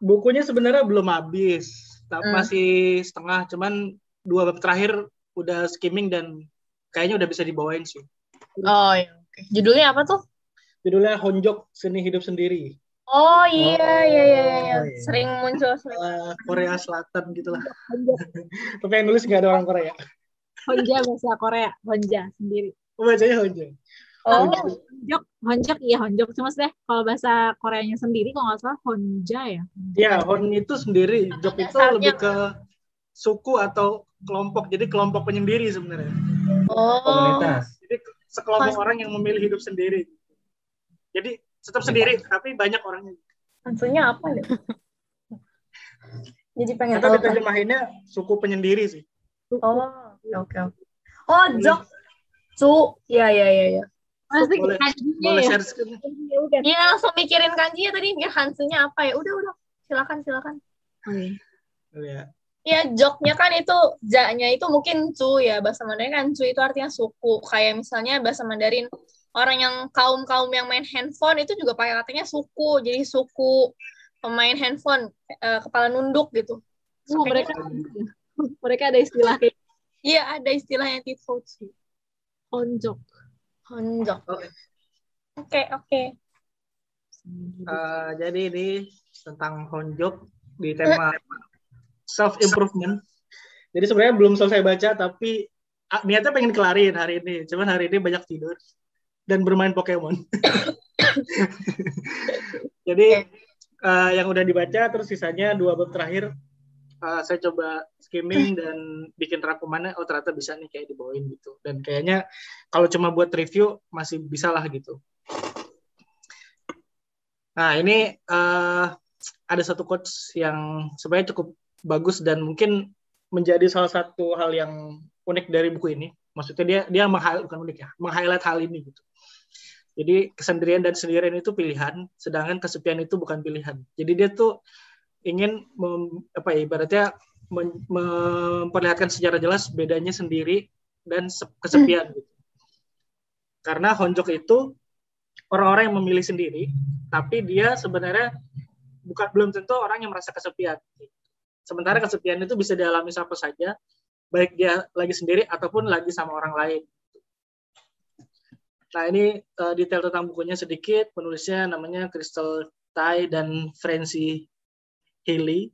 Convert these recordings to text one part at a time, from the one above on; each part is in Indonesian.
Bukunya sebenarnya belum habis, masih setengah. Cuman 2 bab terakhir udah skimming dan kayaknya udah bisa dibawain sih. Oh ya, oke. Judulnya apa tuh? Judulnya Honjok Seni Hidup Sendiri. Oh iya, iya, iya, iya. Iya. Sering muncul. Korea Selatan gitulah. Honja, Tapi yang nulis nggak ada orang Korea. Honja bahasa Korea, Honja sendiri. Bacanya Honjok. Oh, Honjok. Honjok, Honjok, iya Honjok. Cuma deh, kalau bahasa Koreanya sendiri, kalau nggak salah Honja ya. Ya, Hon itu sendiri. Jok itu Dasarnya. lebih ke suku atau kelompok. Jadi kelompok penyendiri sebenarnya. Oh, Komunitas. Jadi sekelompok orang yang memilih hidup sendiri. Jadi tetap sendiri, tapi banyak orangnya. maksudnya apa ya? Jadi pengen Atau tahu. diterjemahinnya suku penyendiri sih. Oh, oke. Oh, Jok, Su, ya. Pasti Boleh kanjinya ya. share screen. Iya, langsung mikirin kanjinya tadi. Ya, Hansunya apa ya? Udah. Silakan. Oke. Ya. Ya, Joknya kan itu, Ja-nya itu mungkin Cu ya. Bahasa Mandarin kan Cu itu artinya suku. Kayak misalnya bahasa Mandarin, orang yang kaum yang main handphone itu juga pakai katanya suku. Jadi suku pemain handphone, kepala nunduk gitu. Mereka ada istilah kayak. Iya, ada istilahnya Tifotsu. Honjok. Oke. Jadi ini tentang Honjok di tema self improvement. Jadi sebenarnya belum selesai baca, tapi niatnya pengen kelarin hari ini. Cuman hari ini banyak tidur dan bermain Pokemon. Jadi yang udah dibaca, terus sisanya 2 bab terakhir saya coba skimming dan bikin rangkumannya. Oh ternyata bisa nih kayak dibawain gitu. Dan kayaknya kalau cuma buat review masih bisa lah gitu. Nah ini ada satu quotes yang sebenarnya cukup bagus dan mungkin menjadi salah satu hal yang unik dari buku ini. Maksudnya dia bukan unik ya, meng-highlight hal ini gitu. Jadi kesendirian dan sendirian itu pilihan, sedangkan kesepian itu bukan pilihan. Jadi dia tuh ingin ibaratnya memperlihatkan secara jelas bedanya sendiri dan kesepian gitu. Karena Honjok itu orang-orang yang memilih sendiri, tapi dia sebenarnya belum tentu orang yang merasa kesepian. Sementara kesepian itu bisa dialami siapa saja, baik dia lagi sendiri ataupun lagi sama orang lain. Nah ini detail tentang bukunya sedikit. Penulisnya namanya Crystal Tai dan Francie Healy.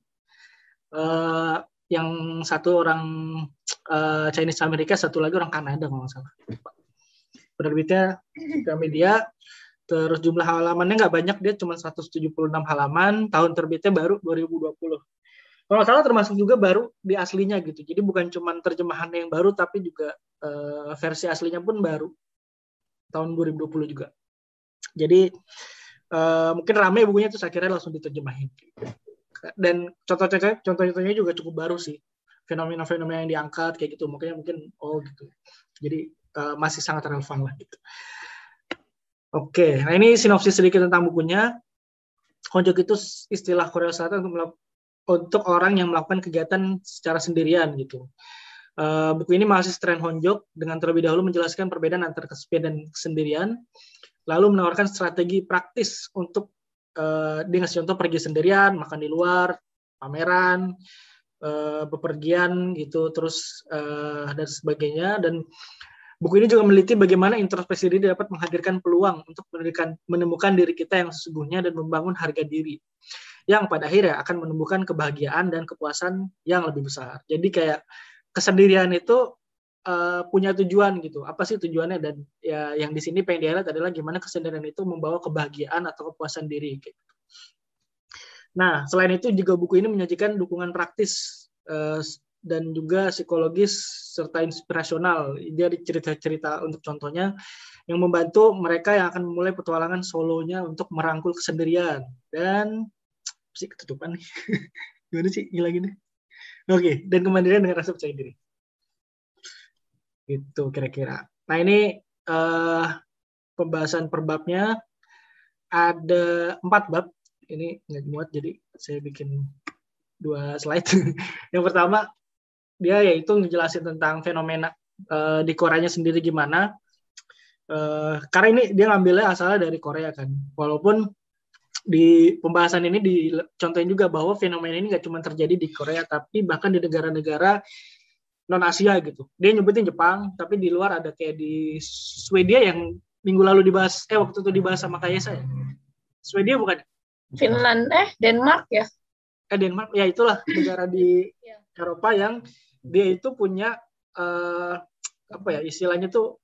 Yang satu orang Chinese Amerika, satu lagi orang Kanada kalau nggak salah. Penerbitnya Gramedia. Terus jumlah halamannya nggak banyak, dia cuma 176 halaman. Tahun terbitnya baru 2020. Kalau nggak salah termasuk juga baru di aslinya gitu. Jadi bukan cuma terjemahannya yang baru, tapi juga versi aslinya pun baru. Tahun 2020 juga. Jadi mungkin ramai bukunya, terus akhirnya langsung diterjemahin. Dan contoh-contohnya juga cukup baru sih. Fenomena-fenomena yang diangkat kayak gitu. Makanya mungkin gitu. Jadi masih sangat relevan lah gitu. Oke, nah ini sinopsis sedikit tentang bukunya. Honjok itu istilah Korea Selatan untuk orang yang melakukan kegiatan secara sendirian gitu. Buku ini mahasiswa tren Honjok dengan terlebih dahulu menjelaskan perbedaan antara kesepian dan kesendirian, lalu menawarkan strategi praktis untuk dia ngasih contoh pergi sendirian, makan di luar, pameran, bepergian gitu, terus dan sebagainya. Dan buku ini juga meneliti bagaimana introspeksi diri dapat menghadirkan peluang untuk menemukan diri kita yang sesungguhnya dan membangun harga diri yang pada akhirnya akan menumbuhkan kebahagiaan dan kepuasan yang lebih besar. Jadi kayak kesendirian itu punya tujuan gitu. Apa sih tujuannya? Dan ya yang di sini pengen dilihat adalah gimana kesendirian itu membawa kebahagiaan atau kepuasan diri. Gitu. Nah, selain itu juga buku ini menyajikan dukungan praktis dan juga psikologis serta inspirasional. Dia ada cerita-cerita untuk contohnya yang membantu mereka yang akan memulai petualangan solonya untuk merangkul kesendirian. Dan sih ketutupan nih. Gimana sih ngilangin? Oke, dan kemandirian dengan rasa percaya diri. Itu kira-kira. Nah ini pembahasan per babnya ada 4 bab. Ini nggak muat jadi saya bikin 2 slide. Yang pertama dia yaitu ngejelasin tentang fenomena di Koreanya sendiri gimana. Karena ini dia ngambilnya asalnya dari Korea kan. Walaupun di pembahasan ini dicontohin juga bahwa fenomena ini nggak cuma terjadi di Korea, tapi bahkan di negara-negara non Asia gitu. Dia nyebutin Jepang, tapi di luar ada kayak di Swedia yang minggu lalu dibahas, waktu itu dibahas sama Kayesa ya. Swedia bukan? Finland, Denmark ya? Denmark, ya itulah negara di Eropa yang dia itu punya apa ya istilahnya tuh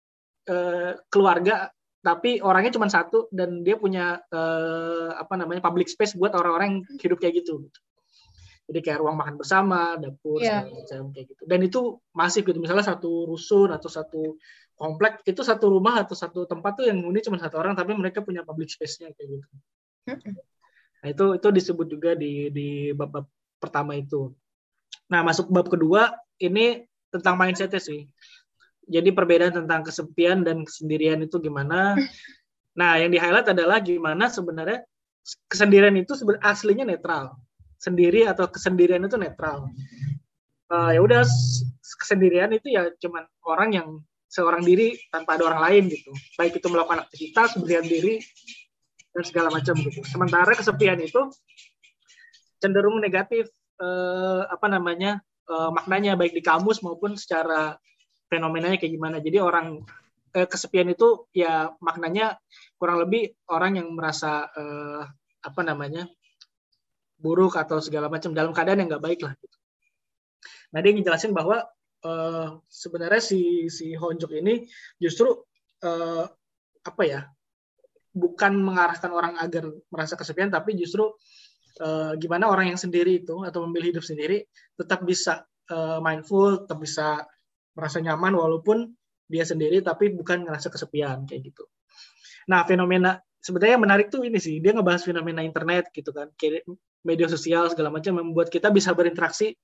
keluarga, tapi orangnya cuma satu dan dia punya apa namanya public space buat orang-orang yang hidup kayak gitu. Jadi kayak ruang makan bersama, dapur, segala macam kayak gitu. Dan itu masif gitu. Misalnya satu rusun atau satu komplek itu satu rumah atau satu tempat tuh yang huni cuma satu orang, tapi mereka punya public space-nya kayak gitu. Nah itu disebut juga di bab pertama itu. Nah masuk bab kedua ini tentang mindset-nya sih. Jadi perbedaan tentang kesepian dan kesendirian itu gimana. Nah yang di-highlight adalah gimana sebenarnya kesendirian itu aslinya netral. Sendiri atau kesendirian itu netral. Ya udah kesendirian itu ya cuman orang yang seorang diri tanpa ada orang lain gitu. Baik itu melakukan aktivitas, berdiam diri, dan segala macam gitu. Sementara kesepian itu cenderung negatif apa namanya maknanya baik di kamus maupun secara fenomenanya kayak gimana. Jadi orang kesepian itu ya maknanya kurang lebih orang yang merasa apa namanya buruk atau segala macam dalam keadaan yang nggak baik lah. Gitu. Nah dia ngejelasin bahwa sebenarnya si Honjok ini justru apa ya bukan mengarahkan orang agar merasa kesepian, tapi justru gimana orang yang sendiri itu atau memilih hidup sendiri tetap bisa mindful, tetap bisa merasa nyaman walaupun dia sendiri, tapi bukan ngerasa kesepian kayak gitu. Nah fenomena sebenarnya yang menarik tuh ini sih, dia ngebahas fenomena internet gitu kan, kayak media sosial segala macam membuat kita bisa berinteraksi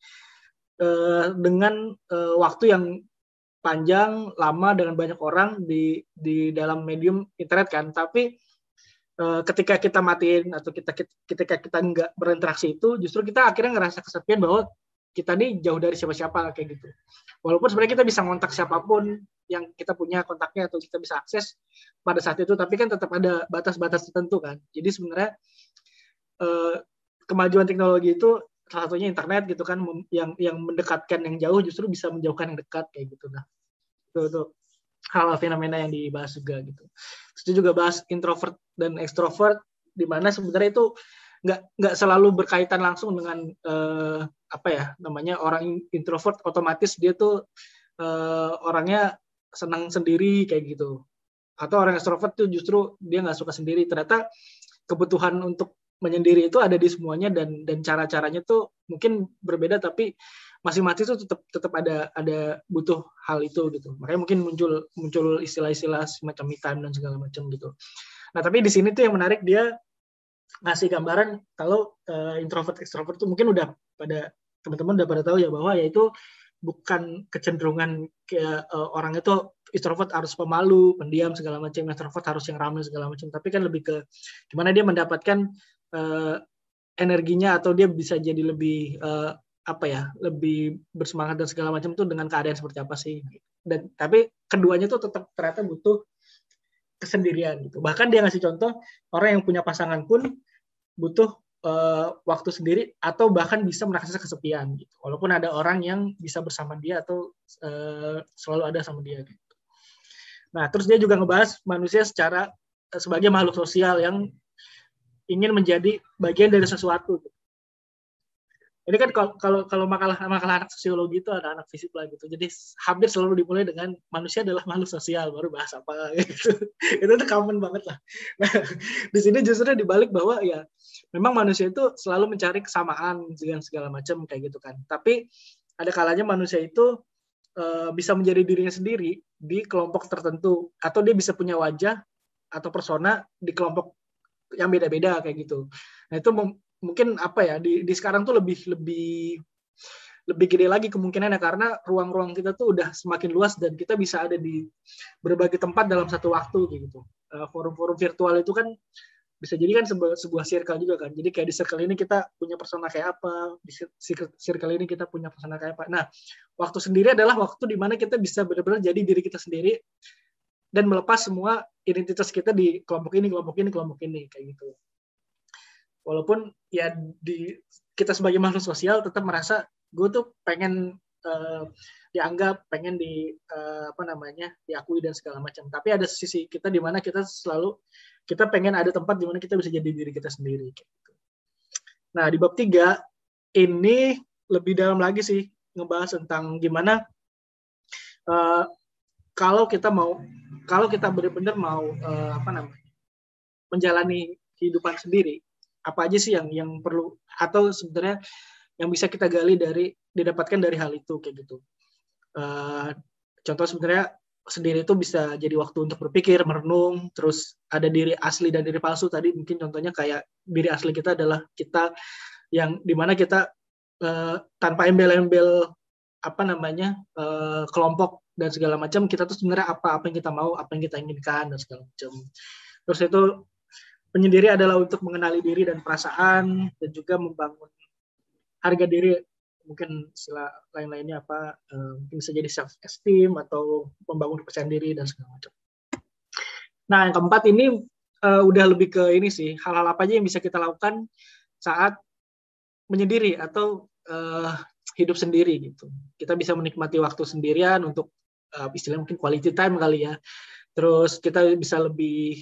dengan waktu yang panjang, lama dengan banyak orang di dalam medium internet kan. Tapi ketika kita matiin atau ketika kita nggak berinteraksi itu, justru kita akhirnya ngerasa kesepian bahwa kita nih jauh dari siapa-siapa kayak gitu. Walaupun sebenarnya kita bisa ngontak siapapun yang kita punya kontaknya atau kita bisa akses pada saat itu, tapi kan tetap ada batas-batas tertentu kan. Jadi sebenarnya kemajuan teknologi itu salah satunya internet gitu kan, yang mendekatkan yang jauh justru bisa menjauhkan yang dekat kayak gitu. Nah itu hal fenomena yang dibahas juga gitu. Terus juga bahas introvert dan extrovert, di mana sebenarnya itu nggak selalu berkaitan langsung dengan apa ya namanya orang introvert otomatis dia tuh orangnya senang sendiri kayak gitu. Atau orang extrovert tuh justru dia nggak suka sendiri. Ternyata kebutuhan untuk menyendiri itu ada di semuanya dan cara-caranya tuh mungkin berbeda, tapi masing-masing itu tetap ada butuh hal itu gitu. Makanya mungkin muncul istilah-istilah semacam me time dan segala macam gitu. Nah tapi di sini tuh yang menarik, dia ngasih gambaran kalau introvert extrovert tuh mungkin udah pada teman-teman udah pada tahu ya, bahwa yaitu bukan kecenderungan kayak orang itu introvert harus pemalu, pendiam segala macam, extrovert harus yang ramai segala macam, tapi kan lebih ke gimana dia mendapatkan energinya atau dia bisa jadi lebih apa ya, lebih bersemangat dan segala macam tuh dengan keadaan seperti apa sih. Dan tapi keduanya tuh tetap ternyata butuh kesendirian gitu. Bahkan dia ngasih contoh orang yang punya pasangan pun butuh waktu sendiri atau bahkan bisa merasa kesepian gitu. Walaupun ada orang yang bisa bersama dia atau selalu ada sama dia gitu. Nah, terus dia juga ngebahas manusia sebagai makhluk sosial yang ingin menjadi bagian dari sesuatu. Ini kan kalau makalah anak sosiologi itu ada anak fisik lah gitu. Jadi hampir selalu dimulai dengan manusia adalah makhluk sosial, baru bahas apa gitu. Itu tuh common banget lah. Nah, di sini justru dibalik bahwa ya memang manusia itu selalu mencari kesamaan dengan segala macam kayak gitu kan. Tapi ada kalanya manusia itu bisa menjadi dirinya sendiri di kelompok tertentu, atau dia bisa punya wajah atau persona di kelompok yang beda-beda kayak gitu. Nah itu mungkin apa ya di sekarang tuh lebih gede lagi kemungkinannya, karena ruang-ruang kita tuh udah semakin luas dan kita bisa ada di berbagai tempat dalam satu waktu gitu. Forum-forum virtual itu kan bisa jadi kan sebuah circle juga kan. Jadi kayak di circle ini kita punya persona kayak apa, di circle ini kita punya persona kayak apa. Nah, waktu sendiri adalah waktu di mana kita bisa benar-benar jadi diri kita sendiri dan melepas semua identitas kita di kelompok ini kayak gitu. Walaupun ya kita sebagai makhluk sosial tetap merasa gue tuh pengen dianggap, pengen diakui dan segala macam. Tapi ada sisi kita di mana kita pengen ada tempat di mana kita bisa jadi diri kita sendiri. Gitu. Nah, di bab 3 ini lebih dalam lagi sih, ngebahas tentang gimana kalau kita benar-benar mau menjalani kehidupan sendiri, apa aja sih yang perlu atau sebenarnya yang bisa kita gali didapatkan dari hal itu kayak gitu. Contoh sebenarnya sendiri itu bisa jadi waktu untuk berpikir, merenung, terus ada diri asli dan diri palsu tadi. Mungkin contohnya kayak diri asli kita adalah kita yang dimana kita tanpa embel-embel kelompok dan segala macam, kita tuh sebenarnya apa yang kita mau, apa yang kita inginkan dan segala macam. Terus itu penyendiri adalah untuk mengenali diri dan perasaan dan juga membangun harga diri, mungkin istilah lain-lainnya mungkin bisa jadi self esteem atau membangun kepercayaan diri dan segala macam. Nah, yang keempat ini udah lebih ke ini sih, hal-hal apa aja yang bisa kita lakukan saat menyendiri atau hidup sendiri gitu. Kita bisa menikmati waktu sendirian untuk istilahnya mungkin quality time kali ya. Terus kita bisa lebih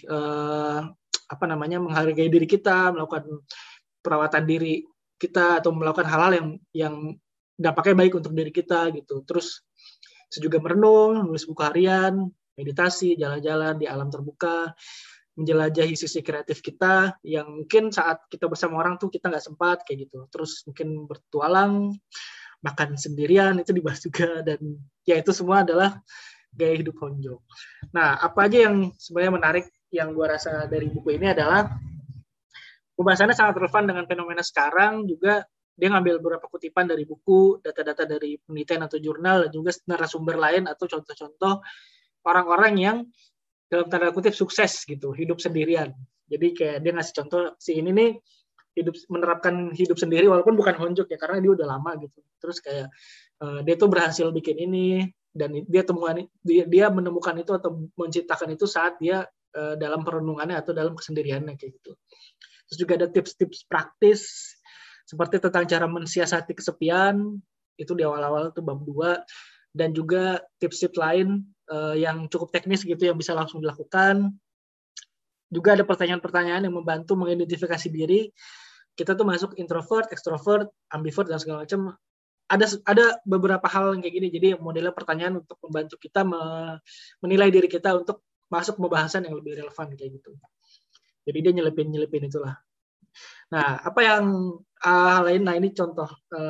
menghargai diri kita, melakukan perawatan diri kita atau melakukan hal-hal yang dampaknya baik untuk diri kita gitu. Terus juga merenung, menulis buku harian, meditasi, jalan-jalan di alam terbuka, menjelajahi sisi kreatif kita yang mungkin saat kita bersama orang tuh kita nggak sempat kayak gitu. Terus mungkin bertualang, makan sendirian itu dibahas juga, dan ya itu semua adalah gaya hidup Honjo. Nah, apa aja yang sebenarnya menarik yang gue rasa dari buku ini adalah pembahasannya sangat relevan dengan fenomena sekarang. Juga dia ngambil beberapa kutipan dari buku, data-data dari penelitian atau jurnal, dan juga narasumber lain atau contoh-contoh orang-orang yang dalam tanda kutip sukses gitu, hidup sendirian. Jadi kayak dia ngasih contoh, si ini nih menerapkan hidup sendiri walaupun bukan Honjo ya, karena dia udah lama gitu. Terus kayak dia tuh berhasil bikin ini, dan dia menemukan itu atau menciptakan itu saat dia dalam perenungannya atau dalam kesendiriannya kayak gitu. Terus juga ada tips-tips praktis seperti tentang cara mensiasati kesepian, itu di awal-awal itu bab 2, dan juga tips-tips lain yang cukup teknis gitu yang bisa langsung dilakukan. Juga ada pertanyaan-pertanyaan yang membantu mengidentifikasi diri. Kita tuh masuk introvert, extrovert, ambivert dan segala macam. Ada beberapa hal yang kayak gini. Jadi modelnya pertanyaan untuk membantu kita menilai diri kita untuk masuk pembahasan yang lebih relevan kayak gitu. Jadi dia nyelipin itulah. Nah, apa yang hal lain? Nah, ini contoh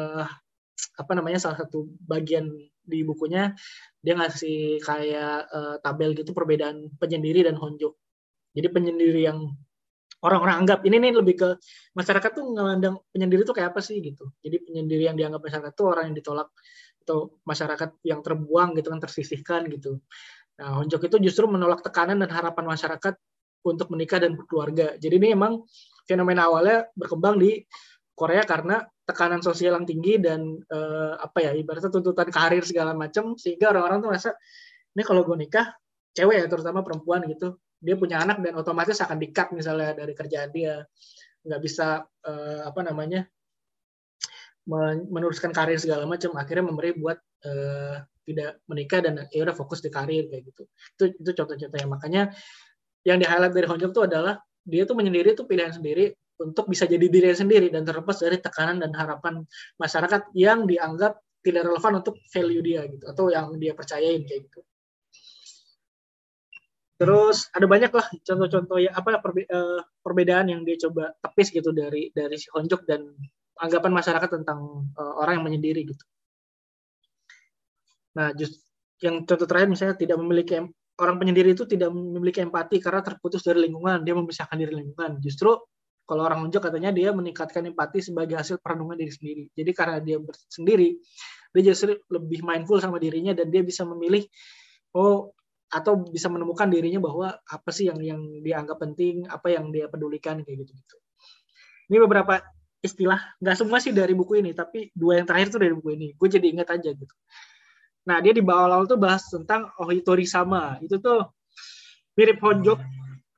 salah satu bagian di bukunya, dia ngasih kayak tabel gitu perbedaan penyendiri dan Honjo. Jadi penyendiri yang orang-orang anggap ini nih lebih ke masyarakat tuh memandang penyendiri tuh kayak apa sih gitu. Jadi penyendiri yang dianggap masyarakat tuh orang yang ditolak atau masyarakat yang terbuang gitu kan, tersisihkan gitu. Nah, Honjo itu justru menolak tekanan dan harapan masyarakat untuk menikah dan berkeluarga. Jadi ini emang fenomena awalnya berkembang di Korea karena tekanan sosial yang tinggi dan ibaratnya tuntutan karir segala macam, sehingga orang-orang tuh merasa ini kalau gue nikah cewek ya, terutama perempuan gitu, dia punya anak dan otomatis akan di-cut misalnya dari kerjaan dia, nggak bisa meneruskan karir segala macam, akhirnya memilih buat tidak menikah dan ya udah fokus di karir kayak gitu. Itu contoh-contohnya. Makanya yang di-highlight dari Honjo itu adalah dia tuh menyendiri tuh pilihan sendiri untuk bisa jadi diri sendiri dan terlepas dari tekanan dan harapan masyarakat yang dianggap tidak relevan untuk value dia gitu atau yang dia percayain kayak gitu. Terus ada banyak lah contoh-contoh ya perbedaan yang dia coba tepis gitu dari si Honjo dan anggapan masyarakat tentang orang yang menyendiri gitu. Nah, yang contoh terakhir misalnya orang penyendiri itu tidak memiliki empati karena terputus dari lingkungan, dia memisahkan diri lingkungan. Justru kalau orang Honjo katanya dia meningkatkan empati sebagai hasil perenungan diri sendiri. Jadi karena dia sendiri, dia justru lebih mindful sama dirinya dan dia bisa memilih atau bisa menemukan dirinya bahwa apa sih yang dianggap penting, apa yang dia pedulikan kayak gitu. Ini beberapa istilah, nggak semua sih dari buku ini, tapi 2 yang terakhir tuh dari buku ini. Gue jadi ingat aja gitu. Nah, dia di awal tuh bahas tentang Ohitori-sama. Itu tuh mirip Honjo,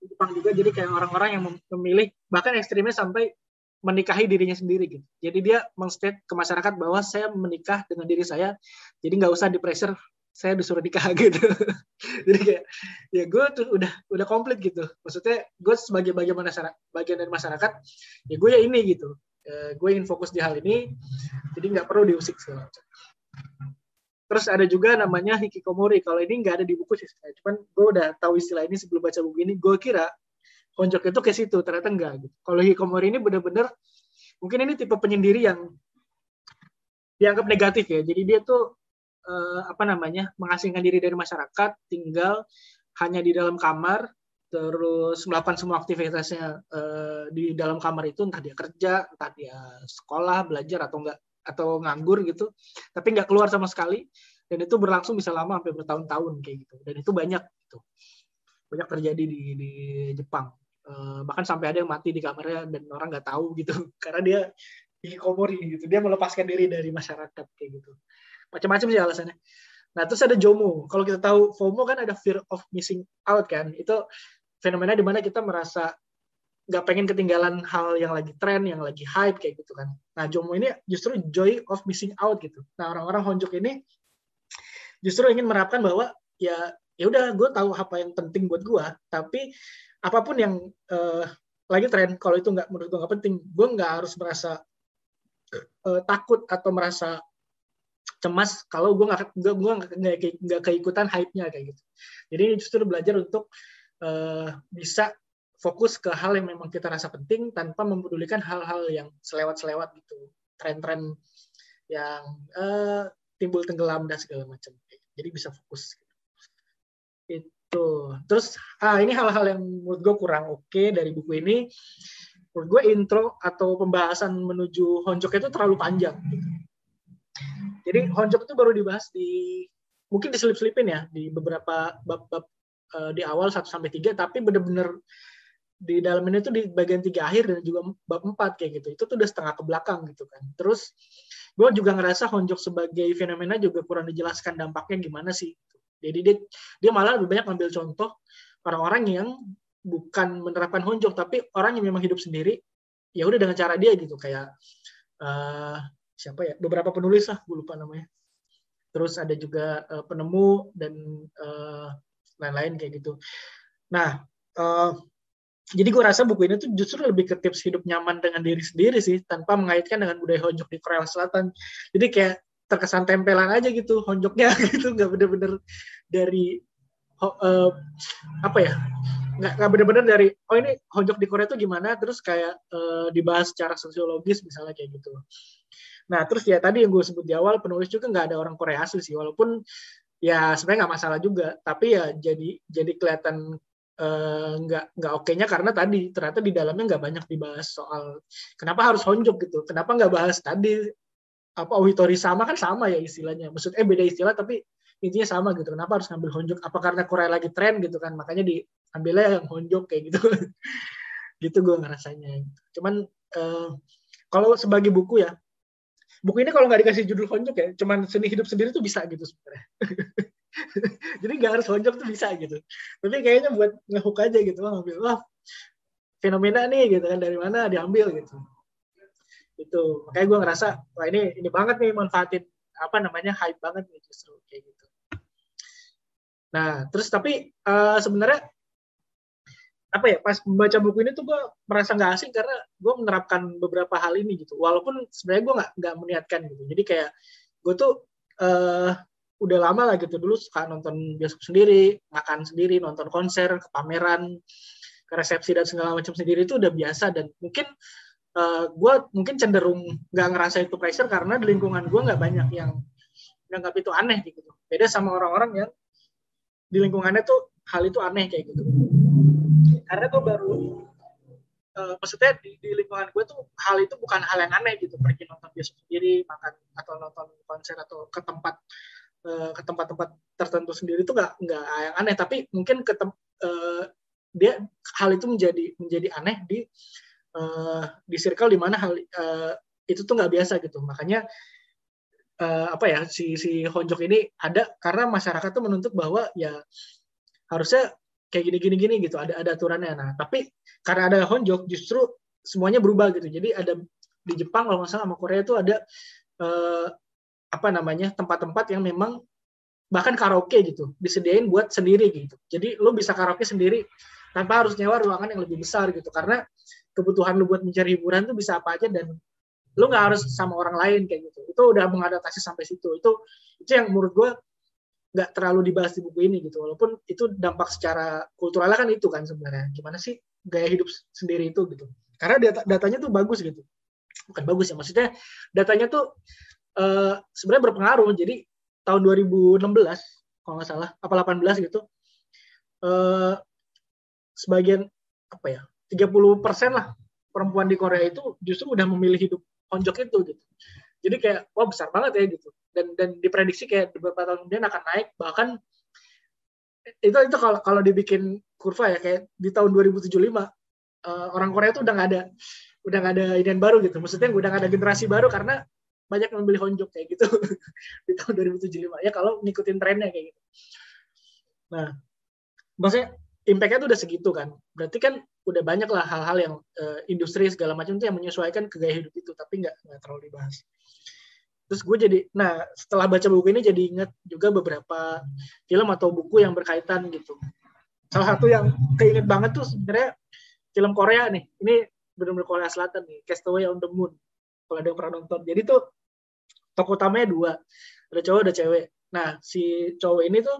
Jepang juga, jadi kayak orang-orang yang memilih bahkan ekstrimnya sampai menikahi dirinya sendiri gitu. Jadi dia mengstate ke masyarakat bahwa saya menikah dengan diri saya, jadi nggak usah di pressure saya disuruh nikah gitu. Jadi kayak ya gue tuh udah komplit gitu. Maksudnya gue sebagai bagian dari masyarakat, ya gue ya ini gitu. Gue ingin fokus di hal ini, jadi nggak perlu diusik segala macam. Terus ada juga namanya hikikomori. Kalau ini nggak ada di buku sih, cuman gue udah tahu istilah ini sebelum baca buku ini. Gue kira Honjok itu ke situ, ternyata enggak. Gitu. Kalau hikikomori ini benar-benar, mungkin ini tipe penyendiri yang dianggap negatif ya. Jadi dia tuh mengasingkan diri dari masyarakat, tinggal hanya di dalam kamar, terus melakukan semua aktivitasnya di dalam kamar itu, entah dia kerja, entah dia sekolah, belajar atau enggak, atau nganggur gitu, tapi nggak keluar sama sekali, dan itu berlangsung bisa lama sampai bertahun-tahun kayak gitu. Dan itu banyak gitu, banyak terjadi di Jepang. Bahkan sampai ada yang mati di kamarnya dan orang nggak tahu gitu, karena dia hikikomori gitu, dia melepaskan diri dari masyarakat kayak gitu. Macam-macam sih alasannya. Nah, terus ada JOMO. Kalau kita tahu FOMO kan ada fear of missing out kan. Itu fenomena di mana kita merasa nggak pengen ketinggalan hal yang lagi tren, yang lagi hype kayak gitu kan. Nah, JOMO ini justru joy of missing out gitu. Nah, orang-orang Honjok ini justru ingin menerapkan bahwa ya udah gue tahu apa yang penting buat gue, tapi apapun yang lagi tren, kalau itu nggak, menurut gue nggak penting, gue nggak harus merasa takut atau merasa cemas kalau gue nggak keikutan hype-nya kayak gitu. Jadi justru belajar untuk bisa fokus ke hal yang memang kita rasa penting tanpa mempedulikan hal-hal yang selewat-selewat gitu, tren-tren yang timbul tenggelam dan segala macam. Jadi bisa fokus. Itu. Terus ini hal-hal yang menurut gue kurang oke dari buku ini. Menurut gue intro atau pembahasan menuju Honjok itu terlalu panjang. Gitu. Jadi Honjok itu baru dibahas mungkin diselip-selipin ya di beberapa bab-bab di awal 1-3, tapi benar-benar di dalam ini tuh di bagian 3 akhir dan juga bab 4 kayak gitu. Itu tuh udah setengah ke belakang gitu kan. Terus gue juga ngerasa Honjok sebagai fenomena juga kurang dijelaskan dampaknya gimana sih. Jadi dia malah lebih banyak ambil contoh orang-orang yang bukan menerapkan Honjok, tapi orang yang memang hidup sendiri, ya udah dengan cara dia gitu, kayak siapa ya, beberapa penulis lah, gue lupa namanya. Terus ada juga penemu dan lain-lain kayak gitu. Nah, jadi gue rasa buku ini tuh justru lebih ke tips hidup nyaman dengan diri sendiri sih, tanpa mengaitkan dengan budaya Honjok di Korea Selatan. Jadi kayak terkesan tempelan aja gitu Honjoknya gitu, nggak bener-bener dari nggak bener-bener dari ini Honjok di Korea tuh gimana, terus kayak dibahas secara sosiologis misalnya kayak gitu. Nah, terus ya tadi yang gue sebut di awal, penulis juga nggak ada orang Korea asli sih, walaupun ya sebenarnya nggak masalah juga, tapi ya jadi kelihatan nggak oke-nya karena tadi ternyata di dalamnya nggak banyak dibahas soal kenapa harus Honjok gitu, kenapa nggak bahas tadi Ohitori sama kan sama ya istilahnya, maksudnya beda istilah tapi intinya sama gitu, kenapa harus ngambil Honjok, apa karena Korea lagi tren gitu kan, makanya diambilnya yang Honjok kayak gitu. Gitu gue ngerasanya. Cuman kalau sebagai buku ya, buku ini kalau nggak dikasih judul Honjok ya, cuman seni hidup sendiri tuh bisa gitu sebenarnya. Jadi nggak harus Honjok tuh bisa gitu. Tapi kayaknya buat ngehook aja gitu, ngambil fenomena nih gitu kan, dari mana diambil gitu. Itu makanya gue ngerasa wah ini banget nih, manfaatin hype banget nih justru kayak gitu. Nah terus tapi sebenarnya pas membaca buku ini tuh gue merasa nggak asing karena gue menerapkan beberapa hal ini gitu, walaupun sebenarnya gue nggak meniatkan gitu. Jadi kayak gue tuh udah lama lah gitu, dulu suka nonton bioskop sendiri, makan sendiri, nonton konser, ke pameran, ke resepsi dan segala macam sendiri, itu udah biasa. Dan mungkin gue cenderung nggak ngerasa itu pressure karena di lingkungan gue nggak banyak yang nganggap itu aneh gitu. Beda sama orang-orang yang di lingkungannya tuh hal itu aneh kayak gitu. Karena gue baru maksudnya di lingkungan gue tuh hal itu bukan hal yang aneh gitu, pergi nonton bioskop sendiri, makan atau nonton konser atau ke tempat-tempat tertentu sendiri itu nggak yang aneh, tapi mungkin dia hal itu menjadi aneh di circle di mana hal itu tuh nggak biasa gitu. Makanya si Honjok ini ada karena masyarakat tuh menuntut bahwa ya harusnya kayak gini gitu, ada aturannya. Nah, tapi karena ada Honjok justru semuanya berubah gitu. Jadi ada di Jepang kalau nggak salah sama Korea itu ada apa namanya tempat-tempat yang memang bahkan karaoke gitu disediain buat sendiri gitu. Jadi lo bisa karaoke sendiri tanpa harus nyewa ruangan yang lebih besar gitu, karena kebutuhan lo buat mencari hiburan tuh bisa apa aja dan lo nggak harus sama orang lain kayak gitu. Itu udah mengadaptasi sampai situ. Itu yang menurut gue nggak terlalu dibahas di buku ini gitu, walaupun itu dampak secara kulturalnya kan itu kan sebenarnya gimana sih gaya hidup sendiri itu gitu, karena datanya tuh bagus gitu, bukan bagus ya, maksudnya datanya tuh sebenarnya berpengaruh. Jadi tahun 2016 kalau nggak salah apa 18 gitu, sebagian apa ya 30% lah perempuan di Korea itu justru udah memilih hidup Honjok itu gitu. Jadi kayak wah besar banget ya gitu. Dan diprediksi kayak beberapa tahun kemudian akan naik, bahkan itu kalau dibikin kurva ya kayak di tahun 2075 orang Korea itu udah nggak ada ide baru gitu. Maksudnya udah nggak ada generasi baru karena banyak yang membeli Honjok kayak gitu di tahun 2075 ya kalau ngikutin trennya kayak gitu. Nah, maksudnya impact-nya tuh udah segitu kan. Berarti kan udah banyak lah hal-hal yang industri segala macam tuh yang menyesuaikan ke gaya hidup itu, tapi nggak terlalu dibahas. Terus gue jadi, nah setelah baca buku ini jadi ingat juga beberapa film atau buku yang berkaitan gitu. Salah satu yang keinget banget tuh sebenarnya film Korea nih. Ini benar-benar Korea Selatan nih, Castaway on the Moon. Kalau ada yang pernah nonton. Jadi tuh tokoh utamanya dua, ada cowok ada cewek. Nah si cowok ini tuh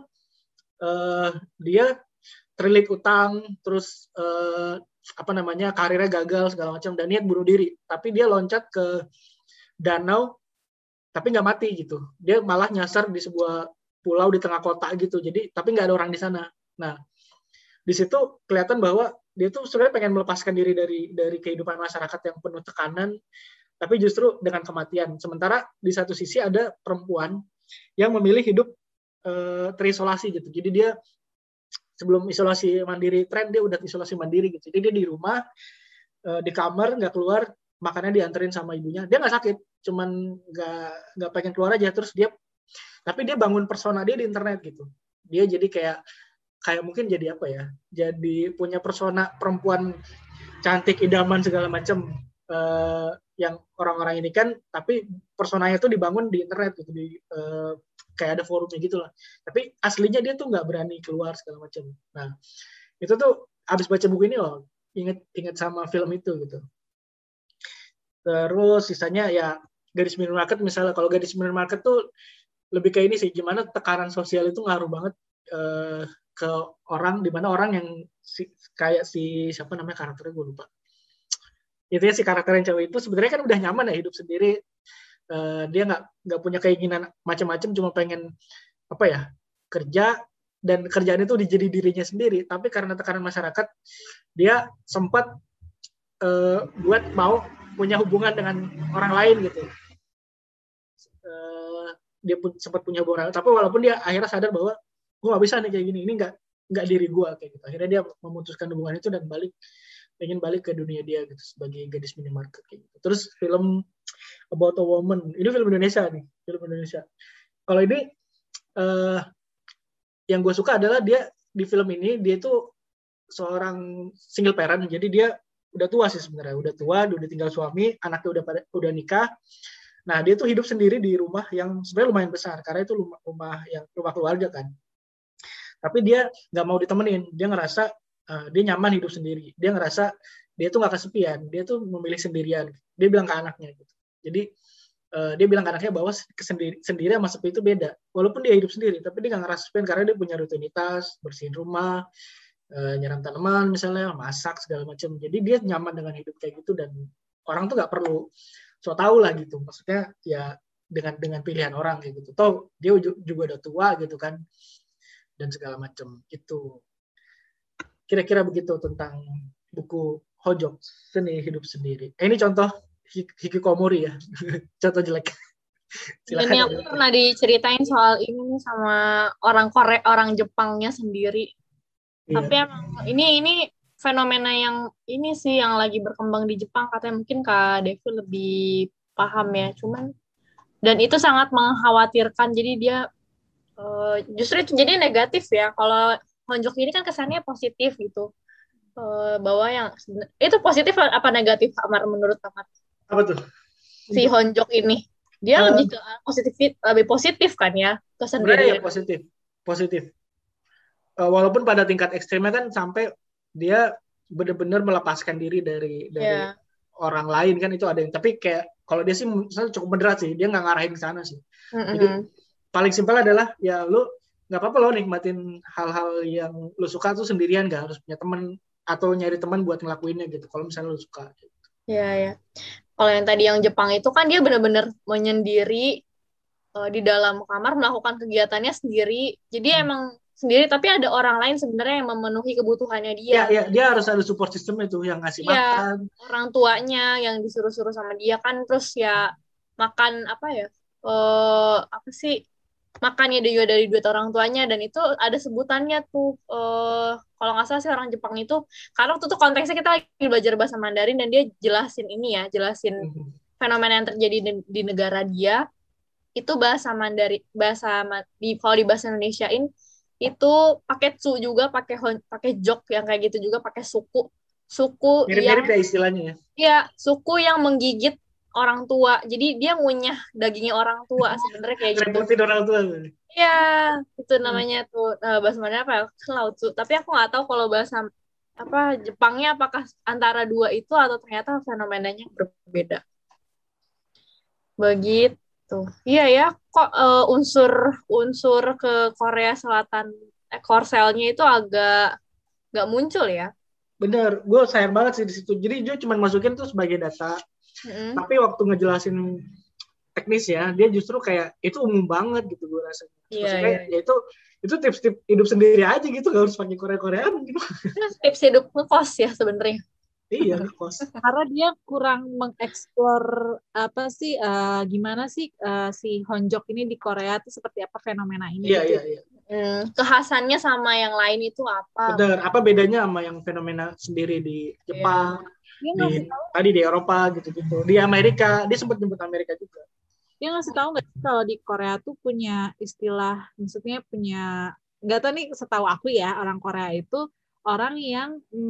dia terlilit utang, terus apa namanya karirnya gagal segala macam dan niat bunuh diri. Tapi dia loncat ke danau tapi nggak mati gitu. Dia malah nyasar di sebuah pulau di tengah kota gitu. Jadi tapi nggak ada orang di sana. Nah di situ kelihatan bahwa dia tuh sebenarnya pengen melepaskan diri dari kehidupan masyarakat yang penuh tekanan, tapi justru dengan kematian. Sementara di satu sisi ada perempuan yang memilih hidup terisolasi gitu. Jadi dia sebelum isolasi mandiri tren dia udah isolasi mandiri gitu. Jadi dia di rumah di kamar nggak keluar, makannya dianterin sama ibunya. Dia nggak sakit, cuman nggak pengen keluar aja. Terus tapi dia bangun persona dia di internet gitu. Dia jadi kayak mungkin jadi apa ya? Jadi punya persona perempuan cantik, idaman segala macam yang orang-orang ini kan. Tapi personanya tuh dibangun di internet gitu, kayak ada forumnya gitulah. Tapi aslinya dia tuh nggak berani keluar segala macam. Nah itu tuh abis baca buku ini loh inget sama film itu gitu. Terus sisanya ya Gadis Minimarket misalnya. Kalau Gadis Minimarket tuh lebih kayak ini sih, gimana tekanan sosial itu ngaruh banget ke orang, dimana orang yang kayak si siapa namanya karakternya gue lupa. Intinya si karakter yang cewek itu sebenarnya kan udah nyaman ya hidup sendiri. Dia nggak punya keinginan macam-macam, cuma pengen apa ya kerja, dan kerjaan itu jadi dirinya sendiri. Tapi karena tekanan masyarakat dia sempat buat mau punya hubungan dengan orang lain gitu. Dia pun sempat punya hubungan, tapi walaupun dia akhirnya sadar bahwa gue nggak bisa nih kayak gini, ini nggak diri gue kayak gitu. Akhirnya dia memutuskan hubungan itu dan pengen balik ke dunia dia gitu sebagai gadis minimarket kayak gitu. Terus film About a Woman, ini film Indonesia nih, film Indonesia. Kalau ini yang gue suka adalah dia di film ini dia tuh seorang single parent, jadi dia udah tua sih sebenarnya, udah tua, udah tinggal suami, anaknya udah nikah. Nah dia tuh hidup sendiri di rumah yang sebenarnya lumayan besar karena itu rumah keluarga kan. Tapi dia nggak mau ditemenin, dia ngerasa dia nyaman hidup sendiri, dia ngerasa dia tuh nggak kesepian, dia tuh memilih sendirian. Dia bilang ke anaknya gitu. Jadi dia bilang ke anaknya bahwa sendiri sama sepi itu beda. Walaupun dia hidup sendiri, tapi dia nggak ngerasa sepian karena dia punya rutinitas, bersihin rumah, nyiram tanaman misalnya, masak segala macam. Jadi dia nyaman dengan hidup kayak gitu dan orang tuh nggak perlu so tau lah gitu. Maksudnya ya dengan pilihan orang kayak gitu. Toh dia juga udah tua gitu kan dan segala macam itu. Kira-kira begitu tentang buku Honjok, Seni Hidup Sendiri. Ini contoh hikikomori ya. Contoh jelek. Silakan. Ini aku pernah diceritain soal ini sama orang Korea, orang Jepangnya sendiri. Iya. Tapi emang ini fenomena yang ini sih yang lagi berkembang di Jepang, katanya mungkin Kak Devi lebih paham ya. Cuman dan itu sangat mengkhawatirkan. Jadi dia justru itu jadi negatif ya. Kalau Honjok ini kan kesannya positif gitu. Bahwa yang itu positif apa negatif Amar menurut Amar? Apa tuh? Si Honjok ini. Dia Eh, lebih ke lebih positif kan ya Sebenarnya ya kesendirian. positif, positif. Walaupun pada tingkat ekstrimnya kan sampai dia benar-benar melepaskan diri dari Ya. orang lain kan itu ada yang tapi kayak kalau dia sih misalnya cukup moderat sih dia nggak ngarahin ke sana sih. Jadi Mm-mm. paling simpel adalah ya lu nggak apa-apa lo nikmatin hal-hal yang lu suka tuh sendirian, nggak harus punya temen atau nyari teman buat ngelakuinnya gitu kalau misalnya lu suka gitu. Ya, ya. Kalau yang tadi yang Jepang itu kan dia benar-benar menyendiri di dalam kamar melakukan kegiatannya sendiri. Jadi Hmm. emang sendiri tapi ada orang lain sebenarnya yang memenuhi kebutuhannya Ya, dia. ya dia harus ada support system itu yang ngasih Iya, makan. orang tuanya yang disuruh-suruh sama dia kan terus ya makan apa ya? Apa sih? Makannya dia juga dari duit orang tuanya dan itu ada sebutannya tuh kalau nggak salah sih orang Jepang itu karena waktu itu konteksnya kita lagi belajar bahasa Mandarin dan dia jelasin ini ya, jelasin Mhm. fenomena yang terjadi di negara dia itu bahasa Mandarin di kalau di bahasa Indonesiain itu pakai cu juga pakai jok yang kayak gitu juga pakai suku yang Mirip-mirip ya istilahnya ya. ya suku yang menggigit orang tua jadi dia ngunyah dagingnya orang tua sebenarnya kayak gitu Ngerepotin orang tua. ya itu Hmm. namanya tuh bahasa mana apa ya Lautsu tapi aku nggak tahu kalau bahasa apa Jepangnya apakah antara dua itu atau ternyata fenomenanya berbeda begitu. Iya ya, kok unsur unsur ke Korea Selatan Korselnya itu agak nggak muncul ya. Bener, gue sayang banget sih di situ. Jadi dia cuma masukin tuh sebagai data, Mm-mm. tapi waktu ngejelasin teknis ya, dia justru kayak itu umum banget gitu gue rasa. Iya, Maksudnya iya. ya itu tips-tips hidup sendiri aja gitu, gak harus pakai Korea-Koreaan gitu. Itu tips hidup ngekos ya sebenarnya. Iya, kos. Karena dia kurang mengeksplor apa sih gimana sih si Honjok ini di Korea tuh seperti apa fenomena ini Iya, gitu. iya, iya. Kekhasannya sama yang lain itu apa? Bener, apa bedanya sama yang fenomena sendiri di Jepang, Dia ngasih tadi di Eropa gitu-gitu. Di Amerika, dia sempat nyebut Amerika juga. dia ngasih tahu nggak sih kalau di Korea tuh punya istilah, maksudnya punya nggak tahu nih setahu aku ya orang Korea itu orang yang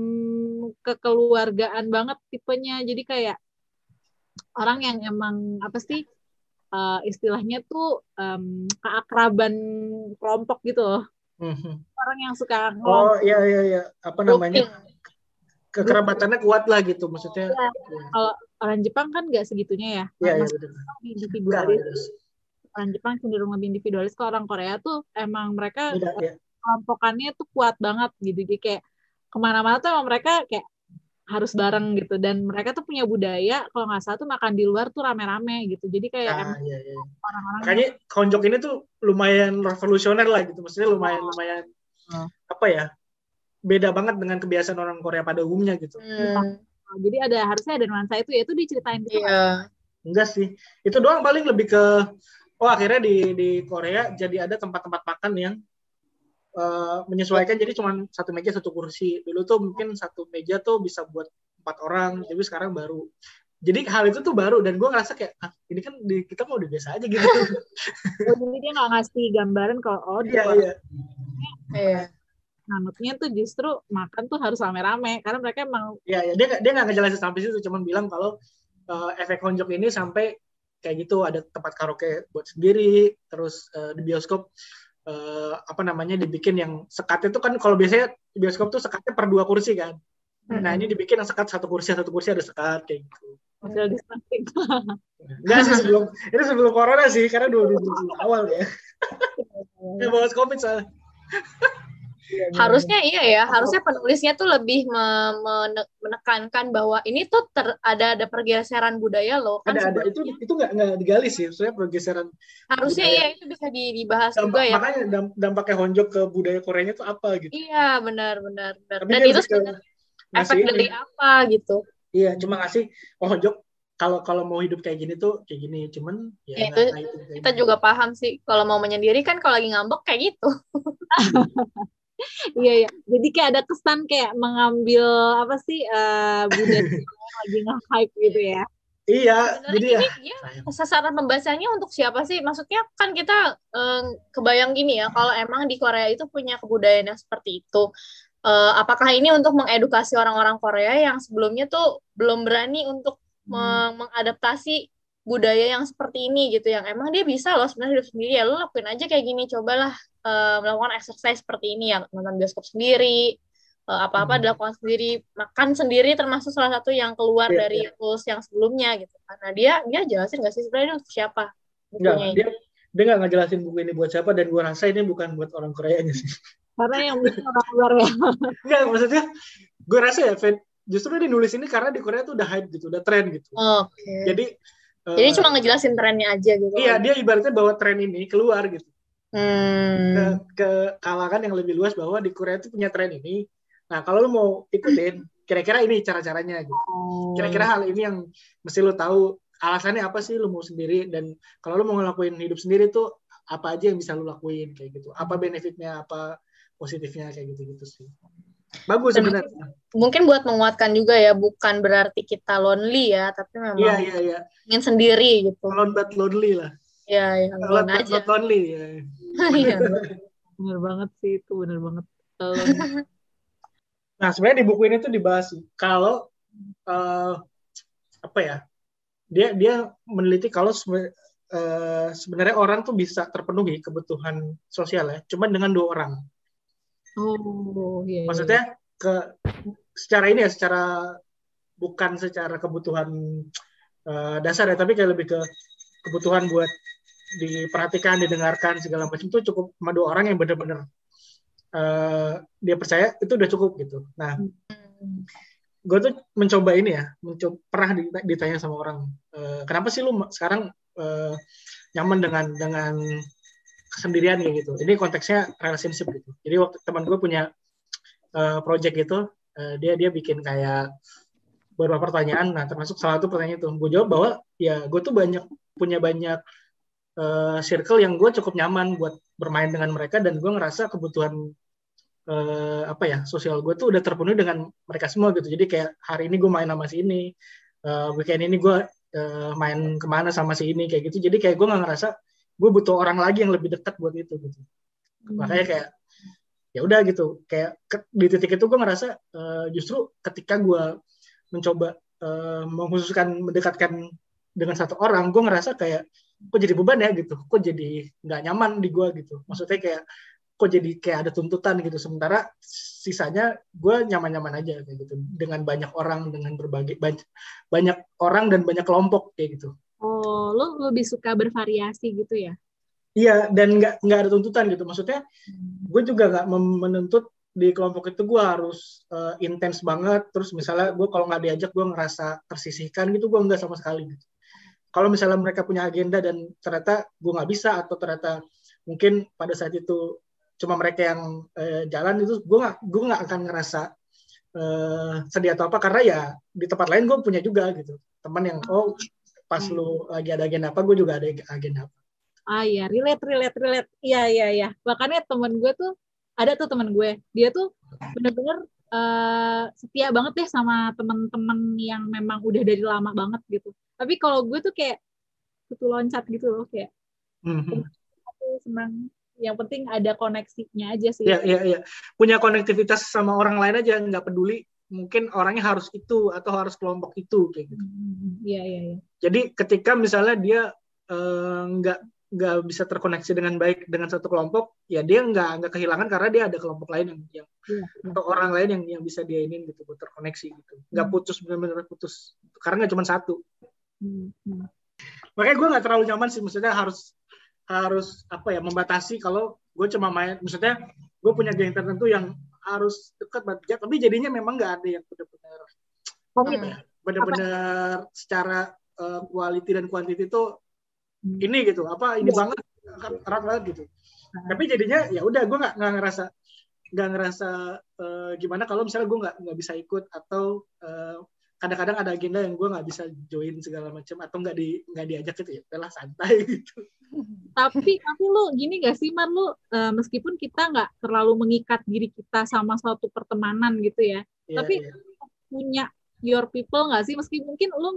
kekeluargaan banget tipenya. Jadi kayak orang yang emang apa sih istilahnya tuh keakraban kelompok gitu loh. Mhm. Orang yang suka Oh, ngelompok. iya, iya, iya. Apa namanya? Grouping. Kekerabatannya kuat lah gitu, maksudnya. Ya, kalau orang Jepang kan nggak segitunya ya. Iya, iya, Maksudnya bener. lebih Enggak, individualis. bener. Orang Jepang cenderung lebih individualis. Kalau orang Korea tuh emang mereka Beda, ya. kelompokannya tuh kuat banget gitu. Jadi kayak kemana-mana tuh emang mereka kayak harus bareng gitu. Dan mereka tuh punya budaya kalau nggak salah tuh makan di luar tuh rame-rame gitu. Jadi kayak Nah, emang iya, iya. orang-orang yang Makanya Konjok ini tuh lumayan revolusioner lah gitu. Maksudnya lumayan apa ya? Beda banget dengan kebiasaan orang Korea pada umumnya gitu. jadi ada harusnya ada nuansa itu ya itu diceritain gitu nggak? Iya. Enggak sih. Itu doang paling lebih ke akhirnya di Korea jadi ada tempat-tempat makan yang menyesuaikan jadi cuma satu meja satu kursi. Dulu tuh mungkin satu meja tuh bisa buat 4 orang, tapi sekarang baru. Jadi hal itu tuh baru dan gue ngerasa kayak ini kan di kita mau udah biasa aja gitu. Jadi dia nggak ngasih gambaran kalau di Iya, Korea Iya. nganutnya tuh justru makan tuh harus rame-rame karena mereka emang Iya, ya, dia nggak ngejelasin sampai situ, cuma bilang kalau efek Honjok ini sampai kayak gitu ada tempat karaoke buat sendiri, terus di bioskop apa namanya dibikin yang sekatnya tuh kan kalau biasanya di bioskop tuh sekatnya per 2 kursi kan. Nah ini dibikin yang sekat satu kursi ada sekat kayak gitu. social distancing. Enggak sih sebelum corona sih karena 2020 awal ya. Ya bahas COVID soalnya. Harusnya iya ya, harusnya penulisnya tuh lebih menekankan bahwa ini tuh ada pergeseran budaya loh kan Ada itu nggak digali sih, soalnya pergeseran harusnya budaya. iya itu bisa dibahas juga ya. Makanya dampaknya Honjok ke budaya Koreanya itu apa gitu. Iya benar. Tapi Dan dia itu lebih ke efek dari apa gitu. Iya, cuma ngasih Honjok kalau mau hidup kayak gini tuh kayak gini, cuman ya Ya, itu kita juga paham sih kalau mau menyendiri kan kalau lagi ngambek kayak gitu. Iya. Jadi kayak ada kesan kayak mengambil apa sih budaya yang lagi nge-hype gitu ya. Iya, Sebenarnya jadi ya ini dia sayang. sasaran pembacanya untuk siapa sih? Maksudnya kan kita kebayang gini ya, kalau emang di Korea itu punya kebudayaan yang seperti itu, apakah ini untuk mengedukasi orang-orang Korea yang sebelumnya tuh belum berani untuk mengadaptasi budaya yang seperti ini gitu, yang emang dia bisa loh sebenarnya hidup sendiri, ya lu lakuin aja kayak gini, cobalah melakukan exercise seperti ini ya, nonton bioskop sendiri, apa-apa dilakukan sendiri, makan sendiri termasuk salah satu yang keluar Iya, dari iya. rules yang sebelumnya gitu. Karena dia jelasin nggak sih sebenarnya ini untuk siapa Enggak, bukunya ini. dia nggak ngejelasin buku ini buat siapa, dan gue rasa ini bukan buat orang Koreanya sih. Karena yang bikin orang luar ya. Enggak, maksudnya gue rasa ya justru dia nulis ini karena di Korea tuh udah hype gitu, udah tren gitu. Oke. Jadi Jadi cuma ngejelasin trennya aja gitu. iya, dia ibaratnya bawa tren ini keluar gitu Hmm. ke kalangan yang lebih luas, bahwa di Korea tuh punya tren ini. Nah, kalau lu mau ikutin, kira-kira ini cara-caranya gitu. Kira-kira hal ini yang mesti lu tahu, alasannya apa sih lu mau sendiri, dan kalau lu mau ngelakuin hidup sendiri tuh apa aja yang bisa lu lakuin kayak gitu. Apa benefitnya, apa positifnya, kayak gitu-gitu sih. Bagus Dan sebenarnya. mungkin buat menguatkan juga ya, bukan berarti kita lonely ya, tapi Iya, memang iya. ingin sendiri gitu. Alone but lonely lah. Iya, ya, Alone alone but aja. not lonely ya. Iya. Bener banget sih, itu bener banget. Nah, sebenarnya di buku ini tuh dibahas kalau apa ya? Dia meneliti kalau sebenarnya orang tuh bisa terpenuhi kebutuhan sosial ya, cuma dengan 2 orang. Oh, iya. Maksudnya secara ini ya, bukan secara kebutuhan dasar ya, tapi kayak lebih ke kebutuhan buat diperhatikan, didengarkan, segala macam tuh cukup sama 2 orang yang benar-benar dia percaya itu udah cukup gitu. Nah, gue tuh mencoba ini ya, pernah ditanya sama orang, kenapa sih lu sekarang nyaman dengan kesendirian kayak gitu. Ini konteksnya relationship gitu. Jadi waktu teman gue punya project gitu, dia bikin kayak beberapa pertanyaan. Nah, termasuk salah satu pertanyaan itu, gue jawab bahwa ya gue tuh punya banyak circle yang gue cukup nyaman buat bermain dengan mereka, dan gue ngerasa kebutuhan sosial gue tuh udah terpenuhi dengan mereka semua gitu. Jadi kayak hari ini gue main sama si ini, weekend ini gue main kemana sama si ini kayak gitu. Jadi kayak gue nggak ngerasa gue butuh orang lagi yang lebih dekat buat itu gitu. Makanya kayak ya udah gitu, kayak di titik itu gue ngerasa justru ketika gue mencoba mendekatkan dengan satu orang, gue ngerasa kayak kok jadi beban ya gitu, kok jadi nggak nyaman di gue gitu. Maksudnya kayak kok jadi kayak ada tuntutan gitu, sementara sisanya gue nyaman-nyaman aja kayak gitu, dengan banyak orang, dengan berbagai banyak orang dan banyak kelompok kayak gitu. Oh, lo lebih suka bervariasi gitu ya? Iya, dan nggak ada tuntutan gitu. Maksudnya gue juga nggak menuntut di kelompok itu gue harus intens banget. Terus misalnya gue kalau nggak diajak gue ngerasa tersisihkan gitu, gue nggak sama sekali gitu. Kalau misalnya mereka punya agenda dan ternyata gue nggak bisa, atau ternyata mungkin pada saat itu cuma mereka yang jalan, itu gue nggak akan ngerasa sedih atau apa, karena ya di tempat lain gue punya juga gitu teman yang pas lu lagi ada agenda apa, gue juga ada agenda apa. Iya, relate. Iya. Makanya temen gue tuh, ada tuh temen gue, dia tuh bener-bener setia banget deh sama temen-temen yang memang udah dari lama banget gitu. Tapi kalau gue tuh kayak kutu loncat gitu loh, kayak aku senang. Yang penting ada koneksinya aja sih. Iya. Punya konektivitas sama orang lain aja, nggak peduli mungkin orangnya harus itu atau harus kelompok itu kayak gitu. Iya. Jadi ketika misalnya dia nggak bisa terkoneksi dengan baik dengan satu kelompok, ya dia nggak kehilangan karena dia ada kelompok lain yang atau orang lain yang bisa dia ini gitu, buat terkoneksi gitu. Nggak putus, benar-benar putus, karena nggak cuma satu. Makanya gue nggak terlalu nyaman sih, maksudnya harus membatasi. Kalau gue cuma main, maksudnya gue punya geng tertentu yang harus dekat banget, tapi jadinya memang nggak ada yang benar-benar secara quality dan quantity itu ini gitu, ini banget, erat banget gitu. Tapi jadinya ya udah, gue nggak ngerasa gimana kalau misalnya gue nggak bisa ikut, atau kadang-kadang ada agenda yang gue nggak bisa join segala macam, atau nggak diajak gitu, ya udahlah santai gitu. Tapi lu gini gak sih, Mar, lu meskipun kita nggak terlalu mengikat diri kita sama suatu pertemanan gitu ya, tapi punya your people nggak sih, meski mungkin lu nggak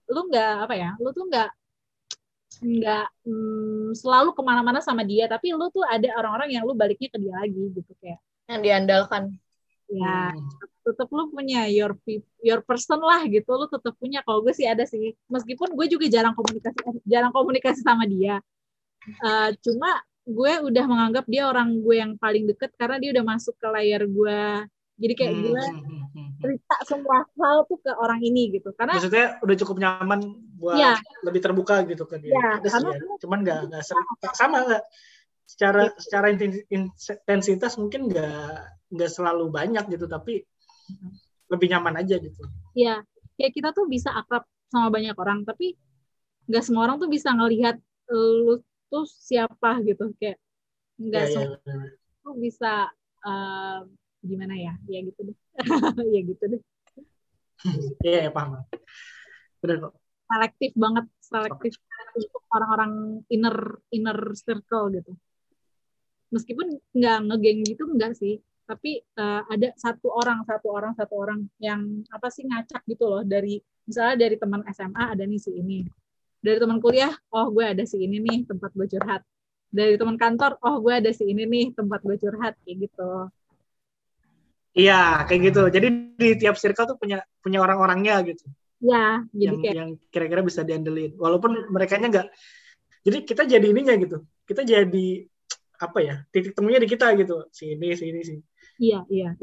lu tuh nggak selalu kemana-mana sama dia, tapi lu tuh ada orang-orang yang lu baliknya ke dia lagi gitu, kayak Yang diandalkan. ya tetap lu punya your person lah gitu, lu tetap punya. Kalau gue sih ada sih, meskipun gue juga jarang komunikasi sama dia. Cuma gue udah menganggap dia orang gue yang paling deket karena dia udah masuk ke layar gue, jadi kayak gue cerita semua hal tuh ke orang ini gitu, karena Maksudnya udah cukup nyaman buat ya lebih terbuka gitu ke dia. Ada sih karena ya. Cuman nggak sering sama nggak secara intensitas mungkin nggak selalu banyak gitu, tapi lebih nyaman aja gitu. ya kayak kita tuh bisa akrab sama banyak orang, tapi nggak semua orang tuh bisa ngelihat lu tuh siapa gitu, kayak nggak Ya, semua benar. tuh bisa gimana ya gitu deh. Ya gitu deh, Iya, paham. Benar kok. selektif untuk orang-orang inner circle gitu. Meskipun nggak ngegeng gitu, enggak sih, tapi ada satu orang yang apa sih, ngacak gitu loh, dari misalnya dari teman SMA ada nih si ini, dari teman kuliah oh gue ada si ini nih tempat gue curhat, dari teman kantor oh gue ada si ini nih tempat gue curhat, kayak gitu. Iya, kayak gitu. Jadi di tiap circle tuh punya orang-orangnya gitu. Ya jadi yang kayak yang kira-kira bisa diandelin. Walaupun merekanya nggak. Jadi kita jadi ininya gitu. Kita jadi apa ya? Titik temunya di kita gitu. Sini. iya.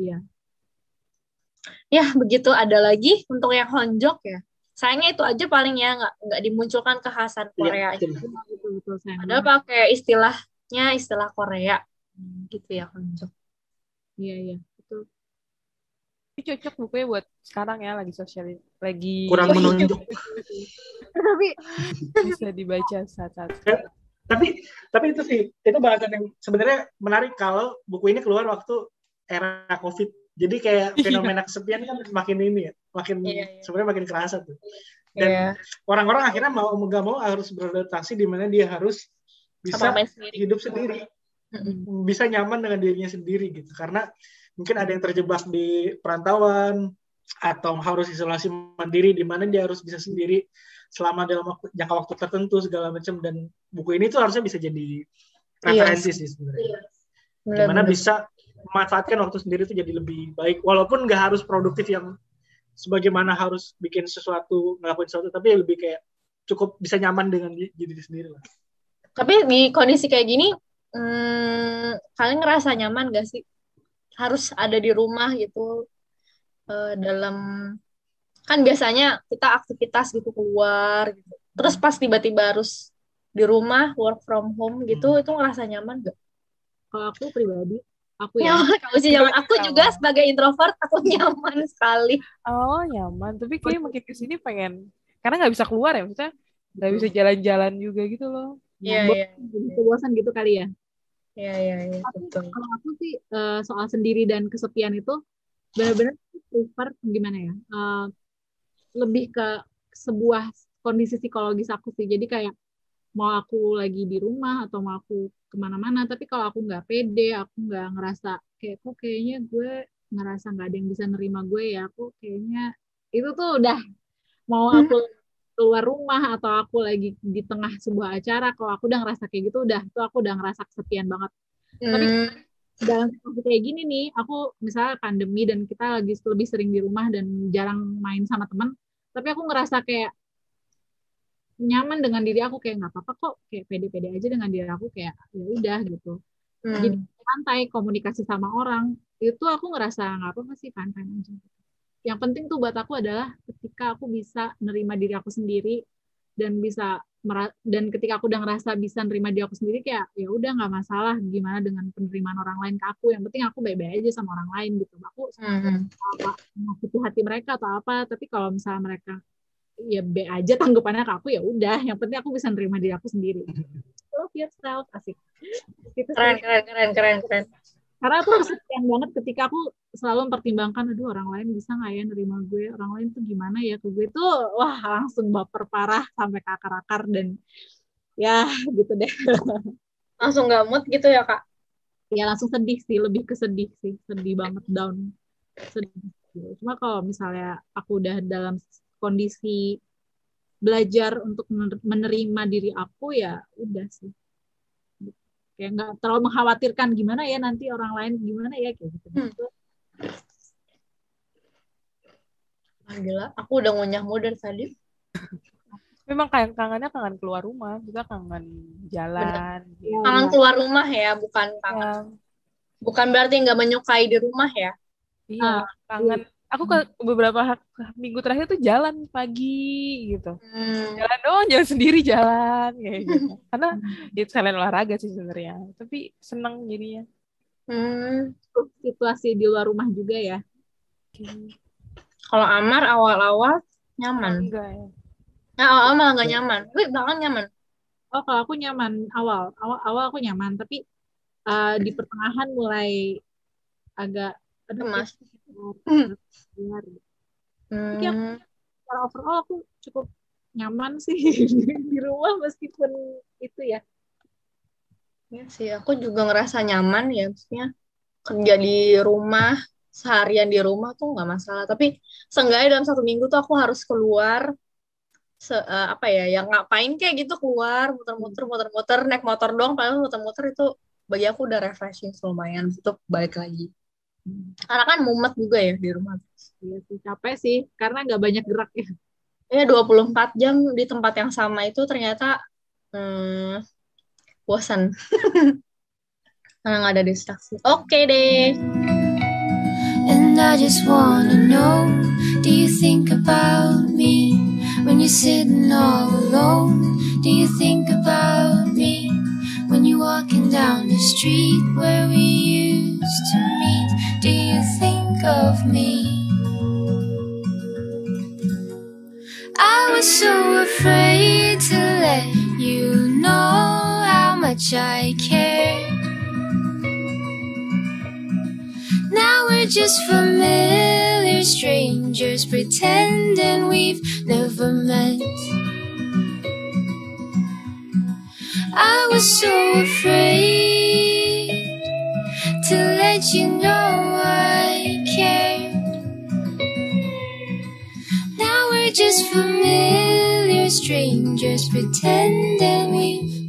Ya, begitu. Ada lagi untuk yang honjok ya. Sayangnya itu aja paling ya, nggak dimunculkan kekhasan Korea. Iya, betul sayang Ada banget. pakai istilah Korea. Gitu ya, honjok. Iya betul. Tapi cocok bukunya buat sekarang ya, lagi kurang menonjol. Tapi bisa dibaca saat-saat. Tapi itu bahasan yang sebenarnya menarik kalau buku ini keluar waktu era COVID. Jadi kayak fenomena kesepian kan makin ini ya, sebenarnya makin kerasa tuh. Dan orang-orang akhirnya mau nggak mau harus beradaptasi di mana dia harus bisa hidup sendiri, bisa nyaman dengan dirinya sendiri gitu. Karena mungkin ada yang terjebak di perantauan atau harus isolasi mandiri di mana dia harus bisa sendiri selama dalam jangka waktu tertentu segala macam. Dan buku ini tuh harusnya bisa jadi referensi sih sebenarnya. Gimana bisa memanfaatkan waktu sendiri itu jadi lebih baik, walaupun nggak harus produktif yang sebagaimana harus bikin sesuatu, ngelakuin sesuatu, tapi lebih kayak cukup bisa nyaman dengan diri sendiri lah. Tapi di kondisi kayak gini, kalian ngerasa nyaman gak sih? Harus ada di rumah gitu, dalam, kan biasanya kita aktivitas gitu keluar gitu. Terus pas tiba-tiba harus di rumah, work from home gitu, itu ngerasa nyaman gak? Kalau aku pribadi, aku juga sebagai introvert, aku nyaman sekali. Oh, nyaman. Tapi kayak makin kesini pengen, karena nggak bisa keluar ya, maksudnya nggak bisa jalan-jalan juga gitu loh. Iya. Bosan gitu kali ya. Iya. Tapi kalau aku sih soal sendiri dan kesepian itu benar-benar prefer gimana ya? Lebih ke sebuah kondisi psikologis aku sih. Jadi kayak mau aku lagi di rumah atau mau aku kemana-mana, tapi kalau aku nggak pede, aku nggak ngerasa kayak kok kayaknya gue ngerasa nggak ada yang bisa nerima gue ya, aku kayaknya itu tuh udah mau aku keluar rumah atau aku lagi di tengah sebuah acara, kalau aku udah ngerasa kayak gitu, aku udah ngerasa kesepian banget. Tapi dalam situasi kayak gini nih, aku misalnya pandemi dan kita lagi lebih sering di rumah dan jarang main sama teman, tapi aku ngerasa kayak nyaman dengan diri aku, kayak nggak apa-apa kok, kayak pede-pede aja dengan diri aku, kayak ya udah gitu. Jadi santai komunikasi sama orang itu aku ngerasa nggak apa-apa sih, fine aja. Yang penting tuh buat aku adalah ketika aku bisa nerima diri aku sendiri dan ketika aku udah ngerasa bisa nerima diri aku sendiri, kayak ya udah nggak masalah gimana dengan penerimaan orang lain ke aku, yang penting aku baik-baik aja sama orang lain gitu. Aku ngasih hati mereka atau apa, tapi kalau misalnya mereka ya be aja tanggapannya ke aku, ya udah yang penting aku bisa nerima diri aku sendiri. Love yourself, asik gitu. Keren. Karena aku kesepian banget ketika aku selalu mempertimbangkan, aduh orang lain bisa nggak ya nerima gue, orang lain tuh gimana ya ke gue, tuh wah langsung baper parah sampai ke akar-akar, dan ya gitu deh. Langsung nggak mood gitu ya Kak? Ya langsung sedih sih, lebih ke sedih sih, sedih banget, down, sedih. Cuma kalau misalnya aku udah dalam kondisi belajar untuk menerima diri aku, ya udah sih. Kayak nggak terlalu mengkhawatirkan gimana ya nanti orang lain gimana ya kayak gitu. Gila, aku udah ngunyah dari tadi. Memang kangen keluar rumah, juga kangen jalan. Ya, Kangen keluar rumah ya, bukan kangen. Ya, Bukan berarti nggak menyukai di rumah ya. iya, kangen. Aku beberapa minggu terakhir tuh jalan pagi gitu. Jalan doang, jalan sendiri jalan kayak gitu. Karena itu sekalian olahraga sih sebenarnya. Tapi seneng jadinya. Situasi di luar rumah juga ya. Kalau Amar awal-awal nyaman. Enggak ya. Nah, awal malah nggak nyaman. Wih, bahkan nyaman. Oh, kalau aku nyaman awal aku nyaman, tapi di pertengahan mulai agak Cemas. Tapi secara overall aku cukup nyaman sih di rumah meskipun itu ya. Ya sih, aku juga ngerasa nyaman ya. Maksudnya kerja di rumah, seharian di rumah tuh nggak masalah. Tapi seenggaknya dalam 1 minggu tuh aku harus keluar. Apa ya, yang ngapain kayak gitu, keluar muter-muter naik motor doang, padahal muter-muter itu bagi aku udah refreshing lumayan, untuk balik lagi karena kan mumet juga ya di rumah. Iya sih, capek sih karena nggak banyak gerak ya. Ya 24 jam di tempat yang sama itu ternyata bosan. Karena nggak ada distraksi. Oke deh. And I just wanna know, do you think about me when you're sitting all alone? Do you think about me when you're walking down the street where we used to meet? Do you think of me? I was so afraid to let you know how much I cared. Now we're just familiar strangers, pretending we've never met. I was so afraid to let you know I cared. Now we're just familiar strangers, pretending we've